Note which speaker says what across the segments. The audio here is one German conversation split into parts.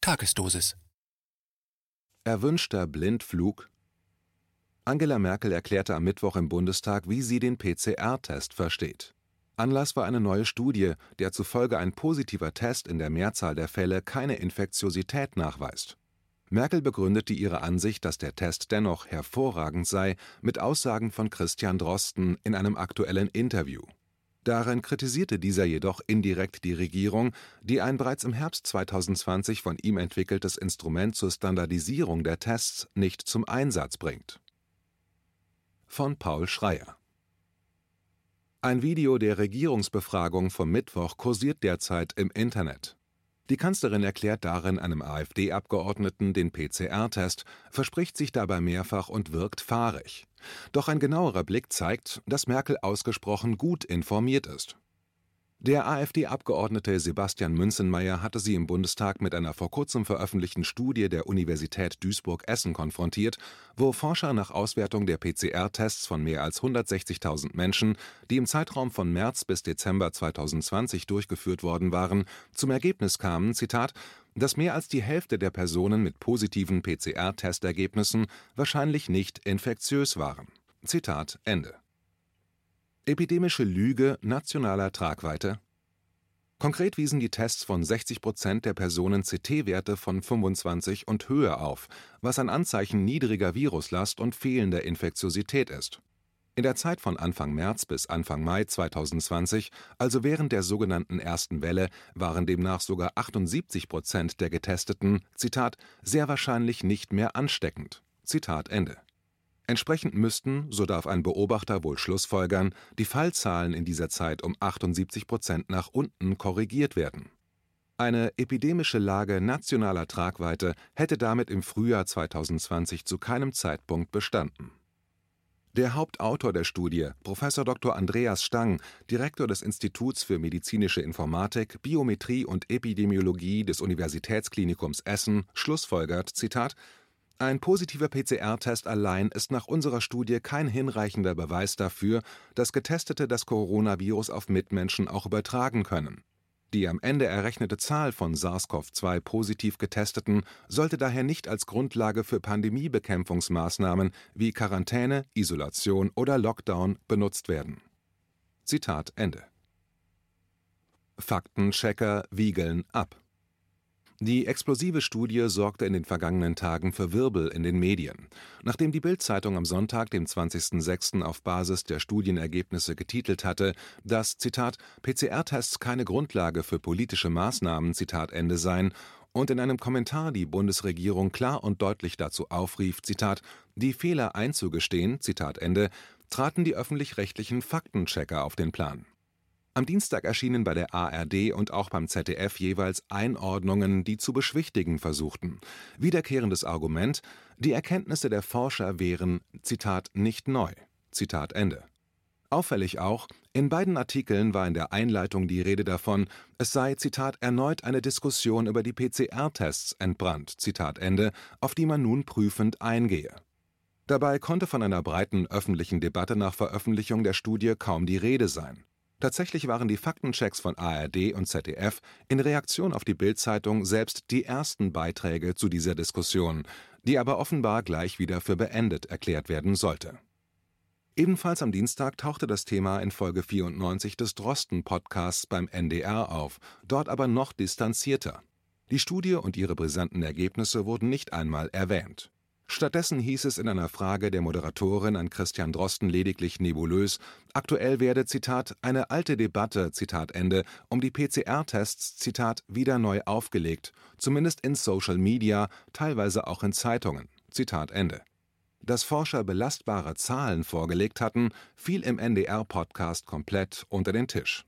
Speaker 1: Tagesdosis.
Speaker 2: Erwünschter Blindflug? Angela Merkel erklärte am Mittwoch im Bundestag, wie sie den PCR-Test versteht. Anlass war eine neue Studie, der zufolge ein positiver Test in der Mehrzahl der Fälle keine Infektiosität nachweist. Merkel begründete ihre Ansicht, dass der Test dennoch hervorragend sei, mit Aussagen von Christian Drosten in einem aktuellen Interview. Darin kritisierte dieser jedoch indirekt die Regierung, die ein bereits im Herbst 2020 von ihm entwickeltes Instrument zur Standardisierung der Tests nicht zum Einsatz bringt. Von Paul Schreyer. Ein Video der Regierungsbefragung vom Mittwoch kursiert derzeit im Internet. Die Kanzlerin erklärt darin einem AfD-Abgeordneten den PCR-Test, verspricht sich dabei mehrfach und wirkt fahrig. Doch ein genauerer Blick zeigt, dass Merkel ausgesprochen gut informiert ist. Der AfD-Abgeordnete Sebastian Münzenmaier hatte sie im Bundestag mit einer vor kurzem veröffentlichten Studie der Universität Duisburg-Essen konfrontiert, wo Forscher nach Auswertung der PCR-Tests von mehr als 160.000 Menschen, die im Zeitraum von März bis Dezember 2020 durchgeführt worden waren, zum Ergebnis kamen, Zitat, dass mehr als die Hälfte der Personen mit positiven PCR-Testergebnissen wahrscheinlich nicht infektiös waren. Zitat Ende. Epidemische Lüge nationaler Tragweite? Konkret wiesen die Tests von 60% der Personen CT-Werte von 25 und höher auf, was ein Anzeichen niedriger Viruslast und fehlender Infektiosität ist. In der Zeit von Anfang März bis Anfang Mai 2020, also während der sogenannten ersten Welle, waren demnach sogar 78% der Getesteten, Zitat, sehr wahrscheinlich nicht mehr ansteckend. Zitat Ende. Entsprechend müssten, so darf ein Beobachter wohl schlussfolgern, die Fallzahlen in dieser Zeit um 78% nach unten korrigiert werden. Eine epidemische Lage nationaler Tragweite hätte damit im Frühjahr 2020 zu keinem Zeitpunkt bestanden. Der Hauptautor der Studie, Prof. Dr. Andreas Stang, Direktor des Instituts für medizinische Informatik, Biometrie und Epidemiologie des Universitätsklinikums Essen, schlussfolgert, Zitat, ein positiver PCR-Test allein ist nach unserer Studie kein hinreichender Beweis dafür, dass Getestete das Coronavirus auf Mitmenschen auch übertragen können. Die am Ende errechnete Zahl von SARS-CoV-2 positiv Getesteten sollte daher nicht als Grundlage für Pandemiebekämpfungsmaßnahmen wie Quarantäne, Isolation oder Lockdown benutzt werden. Zitat Ende. Faktenchecker wiegeln ab. Die explosive Studie sorgte in den vergangenen Tagen für Wirbel in den Medien. Nachdem die Bild-Zeitung am Sonntag, dem 20.06. auf Basis der Studienergebnisse getitelt hatte, dass, Zitat, PCR-Tests keine Grundlage für politische Maßnahmen, Zitat Ende seien, und in einem Kommentar die Bundesregierung klar und deutlich dazu aufrief, Zitat, die Fehler einzugestehen, Zitat Ende, traten die öffentlich-rechtlichen Faktenchecker auf den Plan. Am Dienstag erschienen bei der ARD und auch beim ZDF jeweils Einordnungen, die zu beschwichtigen versuchten. Wiederkehrendes Argument, die Erkenntnisse der Forscher wären, Zitat, nicht neu. Zitat Ende. Auffällig auch, in beiden Artikeln war in der Einleitung die Rede davon, es sei, Zitat, erneut eine Diskussion über die PCR-Tests entbrannt, Zitat Ende, auf die man nun prüfend eingehe. Dabei konnte von einer breiten öffentlichen Debatte nach Veröffentlichung der Studie kaum die Rede sein. Tatsächlich waren die Faktenchecks von ARD und ZDF in Reaktion auf die Bild-Zeitung selbst die ersten Beiträge zu dieser Diskussion, die aber offenbar gleich wieder für beendet erklärt werden sollte. Ebenfalls am Dienstag tauchte das Thema in Folge 94 des Drosten-Podcasts beim NDR auf, dort aber noch distanzierter. Die Studie und ihre brisanten Ergebnisse wurden nicht einmal erwähnt. Stattdessen hieß es in einer Frage der Moderatorin an Christian Drosten lediglich nebulös, aktuell werde, Zitat, eine alte Debatte, Zitat Ende, um die PCR-Tests, Zitat, wieder neu aufgelegt, zumindest in Social Media, teilweise auch in Zeitungen, Zitat Ende. Dass Forscher belastbare Zahlen vorgelegt hatten, fiel im NDR-Podcast komplett unter den Tisch.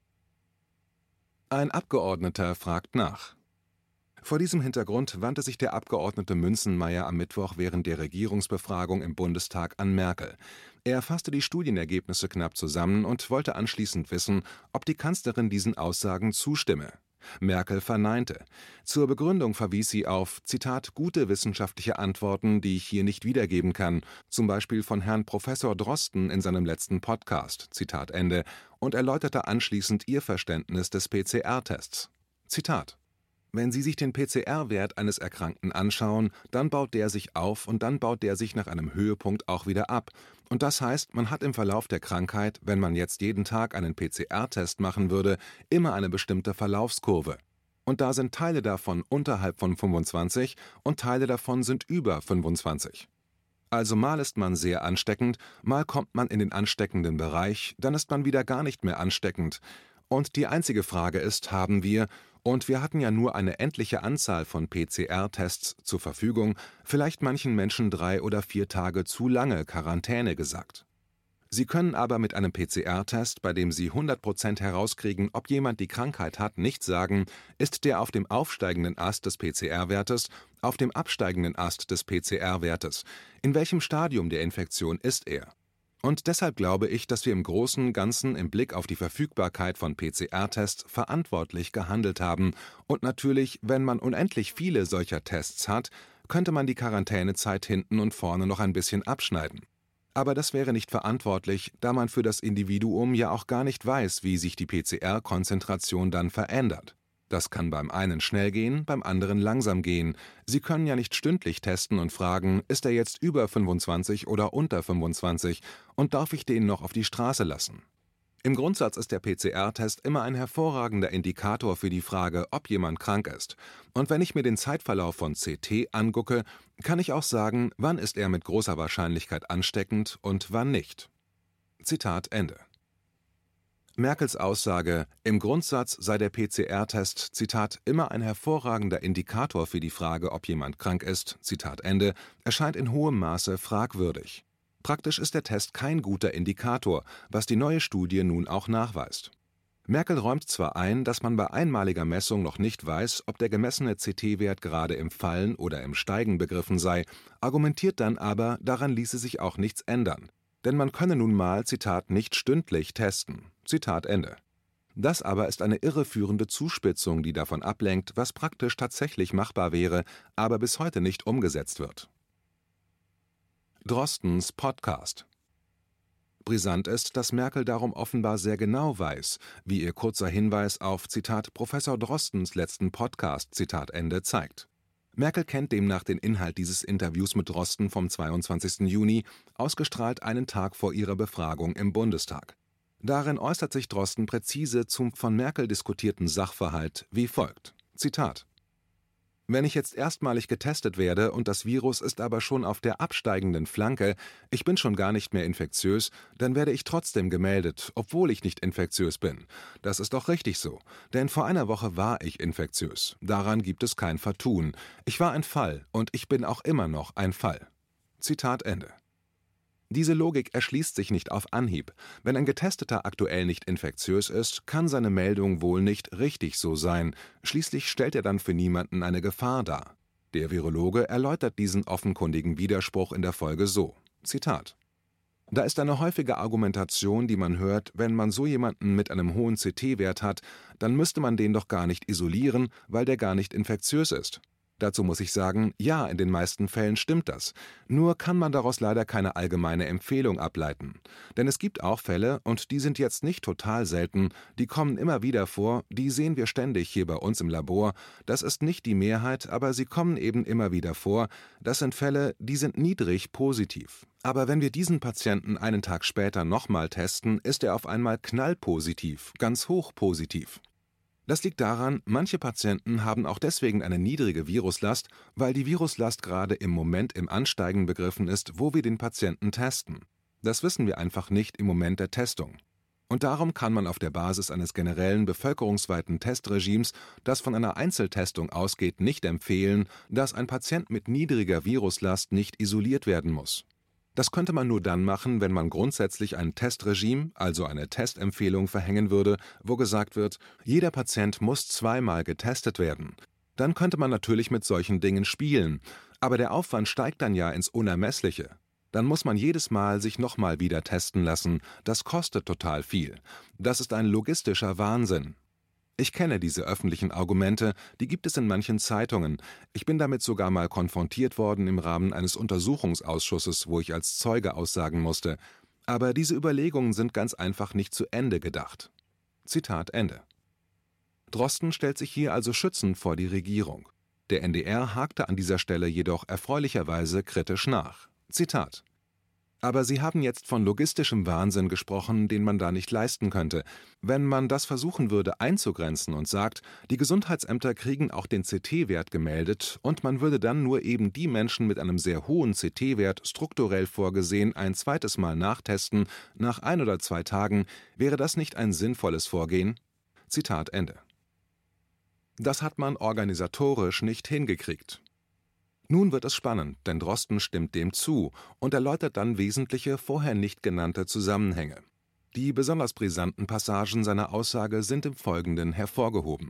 Speaker 2: Ein Abgeordneter fragt nach. Vor diesem Hintergrund wandte sich der Abgeordnete Münzenmaier am Mittwoch während der Regierungsbefragung im Bundestag an Merkel. Er fasste die Studienergebnisse knapp zusammen und wollte anschließend wissen, ob die Kanzlerin diesen Aussagen zustimme. Merkel verneinte. Zur Begründung verwies sie auf, Zitat, gute wissenschaftliche Antworten, die ich hier nicht wiedergeben kann, zum Beispiel von Herrn Professor Drosten in seinem letzten Podcast, Zitat Ende, und erläuterte anschließend ihr Verständnis des PCR-Tests. Zitat: Wenn Sie sich den PCR-Wert eines Erkrankten anschauen, dann baut der sich auf und dann baut der sich nach einem Höhepunkt auch wieder ab. Und das heißt, man hat im Verlauf der Krankheit, wenn man jetzt jeden Tag einen PCR-Test machen würde, immer eine bestimmte Verlaufskurve. Und da sind Teile davon unterhalb von 25 und Teile davon sind über 25. Also mal ist man sehr ansteckend, mal kommt man in den ansteckenden Bereich, dann ist man wieder gar nicht mehr ansteckend. Und die einzige Frage ist, haben wir, und wir hatten ja nur eine endliche Anzahl von PCR-Tests zur Verfügung, vielleicht manchen Menschen 3 oder 4 Tage zu lange Quarantäne gesagt. Sie können aber mit einem PCR-Test, bei dem Sie 100% herauskriegen, ob jemand die Krankheit hat, nicht sagen, ist der auf dem aufsteigenden Ast des PCR-Wertes, auf dem absteigenden Ast des PCR-Wertes, in welchem Stadium der Infektion ist er. Und deshalb glaube ich, dass wir im Großen und Ganzen im Blick auf die Verfügbarkeit von PCR-Tests verantwortlich gehandelt haben. Und natürlich, wenn man unendlich viele solcher Tests hat, könnte man die Quarantänezeit hinten und vorne noch ein bisschen abschneiden. Aber das wäre nicht verantwortlich, da man für das Individuum ja auch gar nicht weiß, wie sich die PCR-Konzentration dann verändert. Das kann beim einen schnell gehen, beim anderen langsam gehen. Sie können ja nicht stündlich testen und fragen, ist er jetzt über 25 oder unter 25 und darf ich den noch auf die Straße lassen? Im Grundsatz ist der PCR-Test immer ein hervorragender Indikator für die Frage, ob jemand krank ist. Und wenn ich mir den Zeitverlauf von CT angucke, kann ich auch sagen, wann ist er mit großer Wahrscheinlichkeit ansteckend und wann nicht. Zitat Ende. Merkels Aussage, im Grundsatz sei der PCR-Test, Zitat, immer ein hervorragender Indikator für die Frage, ob jemand krank ist, Zitat Ende, erscheint in hohem Maße fragwürdig. Praktisch ist der Test kein guter Indikator, was die neue Studie nun auch nachweist. Merkel räumt zwar ein, dass man bei einmaliger Messung noch nicht weiß, ob der gemessene CT-Wert gerade im Fallen oder im Steigen begriffen sei, argumentiert dann aber, daran ließe sich auch nichts ändern. Denn man könne nun mal, Zitat, nicht stündlich testen. Zitat Ende. Das aber ist eine irreführende Zuspitzung, die davon ablenkt, was praktisch tatsächlich machbar wäre, aber bis heute nicht umgesetzt wird. Drostens Podcast. Brisant ist, dass Merkel darum offenbar sehr genau weiß, wie ihr kurzer Hinweis auf, Zitat, Professor Drostens letzten Podcast, Zitat Ende, zeigt. Merkel kennt demnach den Inhalt dieses Interviews mit Drosten vom 22. Juni, ausgestrahlt einen Tag vor ihrer Befragung im Bundestag. Darin äußert sich Drosten präzise zum von Merkel diskutierten Sachverhalt wie folgt, Zitat: Wenn ich jetzt erstmalig getestet werde und das Virus ist aber schon auf der absteigenden Flanke, ich bin schon gar nicht mehr infektiös, dann werde ich trotzdem gemeldet, obwohl ich nicht infektiös bin. Das ist doch richtig so, denn vor einer Woche war ich infektiös. Daran gibt es kein Vertun. Ich war ein Fall und ich bin auch immer noch ein Fall. Zitat Ende. Diese Logik erschließt sich nicht auf Anhieb. Wenn ein Getesteter aktuell nicht infektiös ist, kann seine Meldung wohl nicht richtig so sein. Schließlich stellt er dann für niemanden eine Gefahr dar. Der Virologe erläutert diesen offenkundigen Widerspruch in der Folge so, Zitat: Da ist eine häufige Argumentation, die man hört, wenn man so jemanden mit einem hohen CT-Wert hat, dann müsste man den doch gar nicht isolieren, weil der gar nicht infektiös ist. Dazu muss ich sagen, ja, in den meisten Fällen stimmt das. Nur kann man daraus leider keine allgemeine Empfehlung ableiten. Denn es gibt auch Fälle, und die sind jetzt nicht total selten, die kommen immer wieder vor, die sehen wir ständig hier bei uns im Labor. Das ist nicht die Mehrheit, aber sie kommen eben immer wieder vor. Das sind Fälle, die sind niedrig positiv. Aber wenn wir diesen Patienten einen Tag später nochmal testen, ist er auf einmal knallpositiv, ganz hoch positiv. Das liegt daran, manche Patienten haben auch deswegen eine niedrige Viruslast, weil die Viruslast gerade im Moment im Ansteigen begriffen ist, wo wir den Patienten testen. Das wissen wir einfach nicht im Moment der Testung. Und darum kann man auf der Basis eines generellen bevölkerungsweiten Testregimes, das von einer Einzeltestung ausgeht, nicht empfehlen, dass ein Patient mit niedriger Viruslast nicht isoliert werden muss. Das könnte man nur dann machen, wenn man grundsätzlich ein Testregime, also eine Testempfehlung verhängen würde, wo gesagt wird, jeder Patient muss zweimal getestet werden. Dann könnte man natürlich mit solchen Dingen spielen, aber der Aufwand steigt dann ja ins Unermessliche. Dann muss man jedes Mal sich nochmal wieder testen lassen, das kostet total viel. Das ist ein logistischer Wahnsinn. Ich kenne diese öffentlichen Argumente, die gibt es in manchen Zeitungen. Ich bin damit sogar mal konfrontiert worden im Rahmen eines Untersuchungsausschusses, wo ich als Zeuge aussagen musste. Aber diese Überlegungen sind ganz einfach nicht zu Ende gedacht. Zitat Ende. Drosten stellt sich hier also schützend vor die Regierung. Der NDR hakte an dieser Stelle jedoch erfreulicherweise kritisch nach. Zitat: Aber Sie haben jetzt von logistischem Wahnsinn gesprochen, den man da nicht leisten könnte. Wenn man das versuchen würde einzugrenzen und sagt, die Gesundheitsämter kriegen auch den CT-Wert gemeldet und man würde dann nur eben die Menschen mit einem sehr hohen CT-Wert strukturell vorgesehen ein zweites Mal nachtesten, nach 1 oder 2 Tagen, wäre das nicht ein sinnvolles Vorgehen? Zitat Ende. Das hat man organisatorisch nicht hingekriegt. Nun wird es spannend, denn Drosten stimmt dem zu und erläutert dann wesentliche, vorher nicht genannte Zusammenhänge. Die besonders brisanten Passagen seiner Aussage sind im Folgenden hervorgehoben.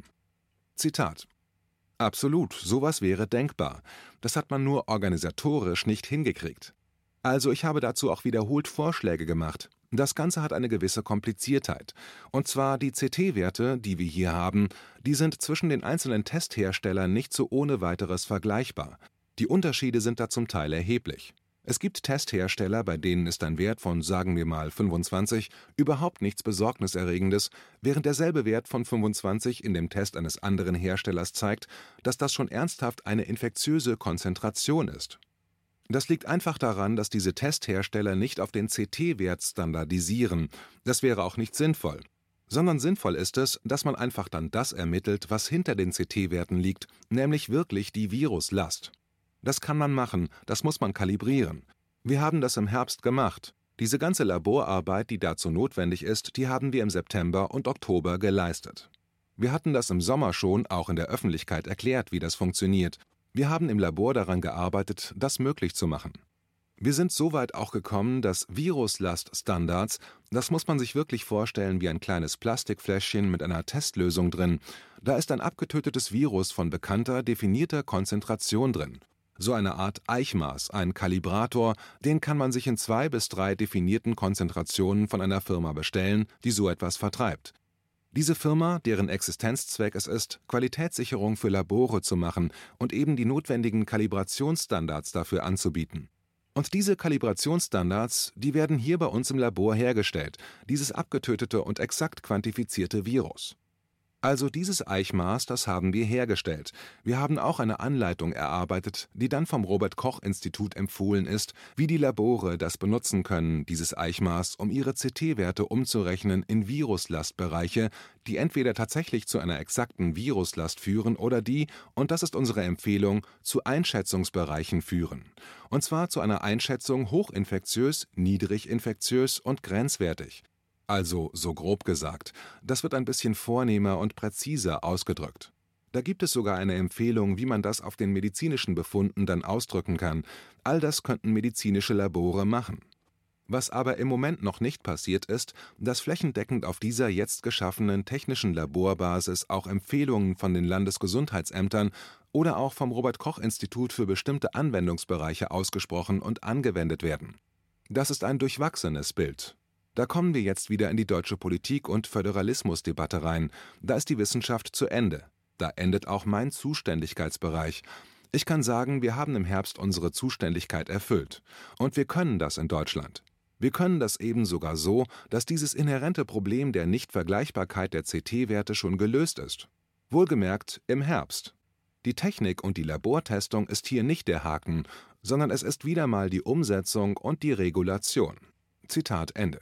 Speaker 2: Zitat: Absolut, sowas wäre denkbar. Das hat man nur organisatorisch nicht hingekriegt. Also ich habe dazu auch wiederholt Vorschläge gemacht. Das Ganze hat eine gewisse Kompliziertheit. Und zwar die CT-Werte, die wir hier haben, die sind zwischen den einzelnen Testherstellern nicht so ohne weiteres vergleichbar. Die Unterschiede sind da zum Teil erheblich. Es gibt Testhersteller, bei denen ist ein Wert von, sagen wir mal, 25 überhaupt nichts Besorgniserregendes, während derselbe Wert von 25 in dem Test eines anderen Herstellers zeigt, dass das schon ernsthaft eine infektiöse Konzentration ist. Das liegt einfach daran, dass diese Testhersteller nicht auf den CT-Wert standardisieren. Das wäre auch nicht sinnvoll. Sondern sinnvoll ist es, dass man einfach dann das ermittelt, was hinter den CT-Werten liegt, nämlich wirklich die Viruslast. Das kann man machen, das muss man kalibrieren. Wir haben das im Herbst gemacht. Diese ganze Laborarbeit, die dazu notwendig ist, die haben wir im September und Oktober geleistet. Wir hatten das im Sommer schon auch in der Öffentlichkeit erklärt, wie das funktioniert. Wir haben im Labor daran gearbeitet, das möglich zu machen. Wir sind so weit auch gekommen, dass Viruslaststandards, das muss man sich wirklich vorstellen wie ein kleines Plastikfläschchen mit einer Testlösung drin. Da ist ein abgetötetes Virus von bekannter, definierter Konzentration drin. So eine Art Eichmaß, ein Kalibrator, den kann man sich in 2 bis 3 definierten Konzentrationen von einer Firma bestellen, die so etwas vertreibt. Diese Firma, deren Existenzzweck es ist, Qualitätssicherung für Labore zu machen und eben die notwendigen Kalibrationsstandards dafür anzubieten. Und diese Kalibrationsstandards, die werden hier bei uns im Labor hergestellt, dieses abgetötete und exakt quantifizierte Virus. Also dieses Eichmaß, das haben wir hergestellt. Wir haben auch eine Anleitung erarbeitet, die dann vom Robert-Koch-Institut empfohlen ist, wie die Labore das benutzen können, dieses Eichmaß, um ihre CT-Werte umzurechnen in Viruslastbereiche, die entweder tatsächlich zu einer exakten Viruslast führen oder die, und das ist unsere Empfehlung, zu Einschätzungsbereichen führen. Und zwar zu einer Einschätzung hochinfektiös, niedriginfektiös und grenzwertig. Also, so grob gesagt, das wird ein bisschen vornehmer und präziser ausgedrückt. Da gibt es sogar eine Empfehlung, wie man das auf den medizinischen Befunden dann ausdrücken kann. All das könnten medizinische Labore machen. Was aber im Moment noch nicht passiert ist, dass flächendeckend auf dieser jetzt geschaffenen technischen Laborbasis auch Empfehlungen von den Landesgesundheitsämtern oder auch vom Robert-Koch-Institut für bestimmte Anwendungsbereiche ausgesprochen und angewendet werden. Das ist ein durchwachsenes Bild. Da kommen wir jetzt wieder in die deutsche Politik- und Föderalismusdebatte rein. Da ist die Wissenschaft zu Ende. Da endet auch mein Zuständigkeitsbereich. Ich kann sagen, wir haben im Herbst unsere Zuständigkeit erfüllt. Und wir können das in Deutschland. Wir können das eben sogar so, dass dieses inhärente Problem der Nichtvergleichbarkeit der CT-Werte schon gelöst ist. Wohlgemerkt im Herbst. Die Technik und die Labortestung ist hier nicht der Haken, sondern es ist wieder mal die Umsetzung und die Regulation. Zitat Ende.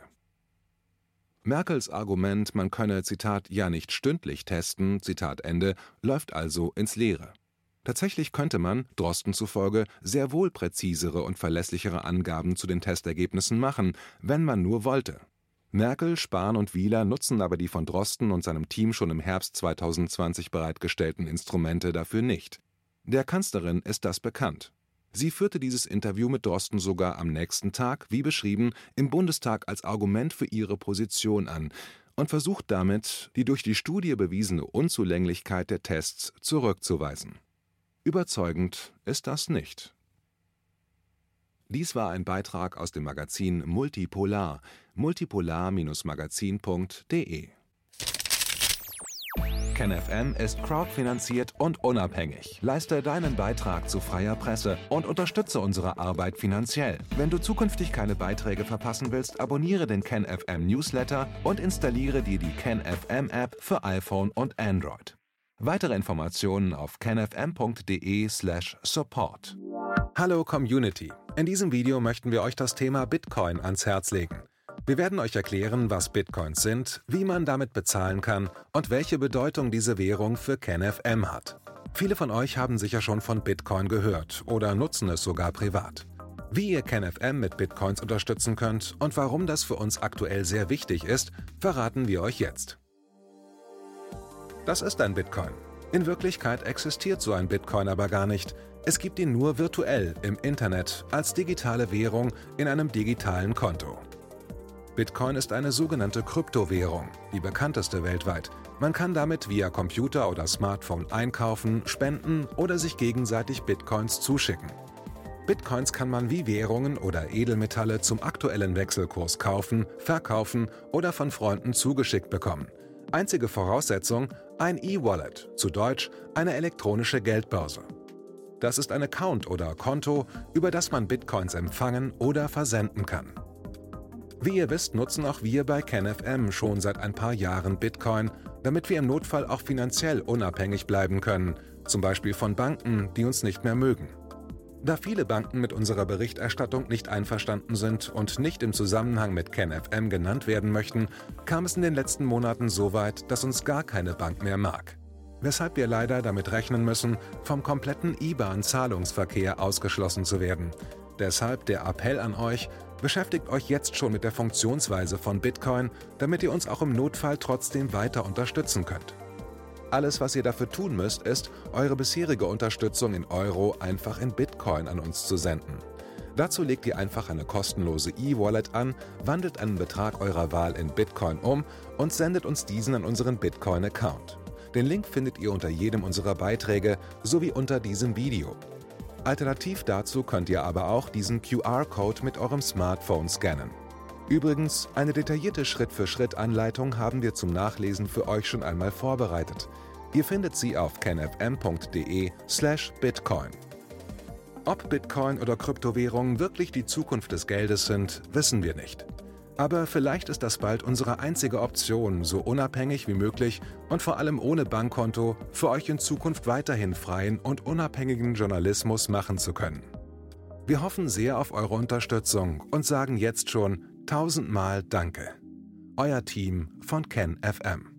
Speaker 2: Merkels Argument, man könne, Zitat, ja nicht stündlich testen, Zitat Ende, läuft also ins Leere. Tatsächlich könnte man, Drosten zufolge, sehr wohl präzisere und verlässlichere Angaben zu den Testergebnissen machen, wenn man nur wollte. Merkel, Spahn und Wieler nutzen aber die von Drosten und seinem Team schon im Herbst 2020 bereitgestellten Instrumente dafür nicht. Der Kanzlerin ist das bekannt. Sie führte dieses Interview mit Drosten sogar am nächsten Tag, wie beschrieben, im Bundestag als Argument für ihre Position an und versucht damit, die durch die Studie bewiesene Unzulänglichkeit der Tests zurückzuweisen. Überzeugend ist das nicht. Dies war ein Beitrag aus dem Magazin Multipolar, multipolar-magazin.de. KenFM ist crowdfinanziert und unabhängig. Leiste deinen Beitrag zu freier Presse und unterstütze unsere Arbeit finanziell. Wenn du zukünftig keine Beiträge verpassen willst, abonniere den KenFM Newsletter und installiere dir die KenFM App für iPhone und Android. Weitere Informationen auf kenfm.de/support. Hallo Community! In diesem Video möchten wir euch das Thema Bitcoin ans Herz legen. Wir werden euch erklären, was Bitcoins sind, wie man damit bezahlen kann und welche Bedeutung diese Währung für KenFM hat. Viele von euch haben sicher schon von Bitcoin gehört oder nutzen es sogar privat. Wie ihr KenFM mit Bitcoins unterstützen könnt und warum das für uns aktuell sehr wichtig ist, verraten wir euch jetzt. Das ist ein Bitcoin. In Wirklichkeit existiert so ein Bitcoin aber gar nicht. Es gibt ihn nur virtuell im Internet als digitale Währung in einem digitalen Konto. Bitcoin ist eine sogenannte Kryptowährung, die bekannteste weltweit. Man kann damit via Computer oder Smartphone einkaufen, spenden oder sich gegenseitig Bitcoins zuschicken. Bitcoins kann man wie Währungen oder Edelmetalle zum aktuellen Wechselkurs kaufen, verkaufen oder von Freunden zugeschickt bekommen. Einzige Voraussetzung: ein E-Wallet, zu Deutsch eine elektronische Geldbörse. Das ist ein Account oder Konto, über das man Bitcoins empfangen oder versenden kann. Wie ihr wisst, nutzen auch wir bei KenFM schon seit ein paar Jahren Bitcoin, damit wir im Notfall auch finanziell unabhängig bleiben können, zum Beispiel von Banken, die uns nicht mehr mögen. Da viele Banken mit unserer Berichterstattung nicht einverstanden sind und nicht im Zusammenhang mit KenFM genannt werden möchten, kam es in den letzten Monaten so weit, dass uns gar keine Bank mehr mag. Weshalb wir leider damit rechnen müssen, vom kompletten IBAN-Zahlungsverkehr ausgeschlossen zu werden. Deshalb der Appell an euch: Beschäftigt euch jetzt schon mit der Funktionsweise von Bitcoin, damit ihr uns auch im Notfall trotzdem weiter unterstützen könnt. Alles, was ihr dafür tun müsst, ist, eure bisherige Unterstützung in Euro einfach in Bitcoin an uns zu senden. Dazu legt ihr einfach eine kostenlose E-Wallet an, wandelt einen Betrag eurer Wahl in Bitcoin um und sendet uns diesen an unseren Bitcoin-Account. Den Link findet ihr unter jedem unserer Beiträge sowie unter diesem Video. Alternativ dazu könnt ihr aber auch diesen QR-Code mit eurem Smartphone scannen. Übrigens, eine detaillierte Schritt-für-Schritt-Anleitung haben wir zum Nachlesen für euch schon einmal vorbereitet. Ihr findet sie auf kenfm.de/bitcoin. Ob Bitcoin oder Kryptowährungen wirklich die Zukunft des Geldes sind, wissen wir nicht. Aber vielleicht ist das bald unsere einzige Option, so unabhängig wie möglich und vor allem ohne Bankkonto für euch in Zukunft weiterhin freien und unabhängigen Journalismus machen zu können. Wir hoffen sehr auf eure Unterstützung und sagen jetzt schon 1000-mal Danke. Euer Team von KenFM.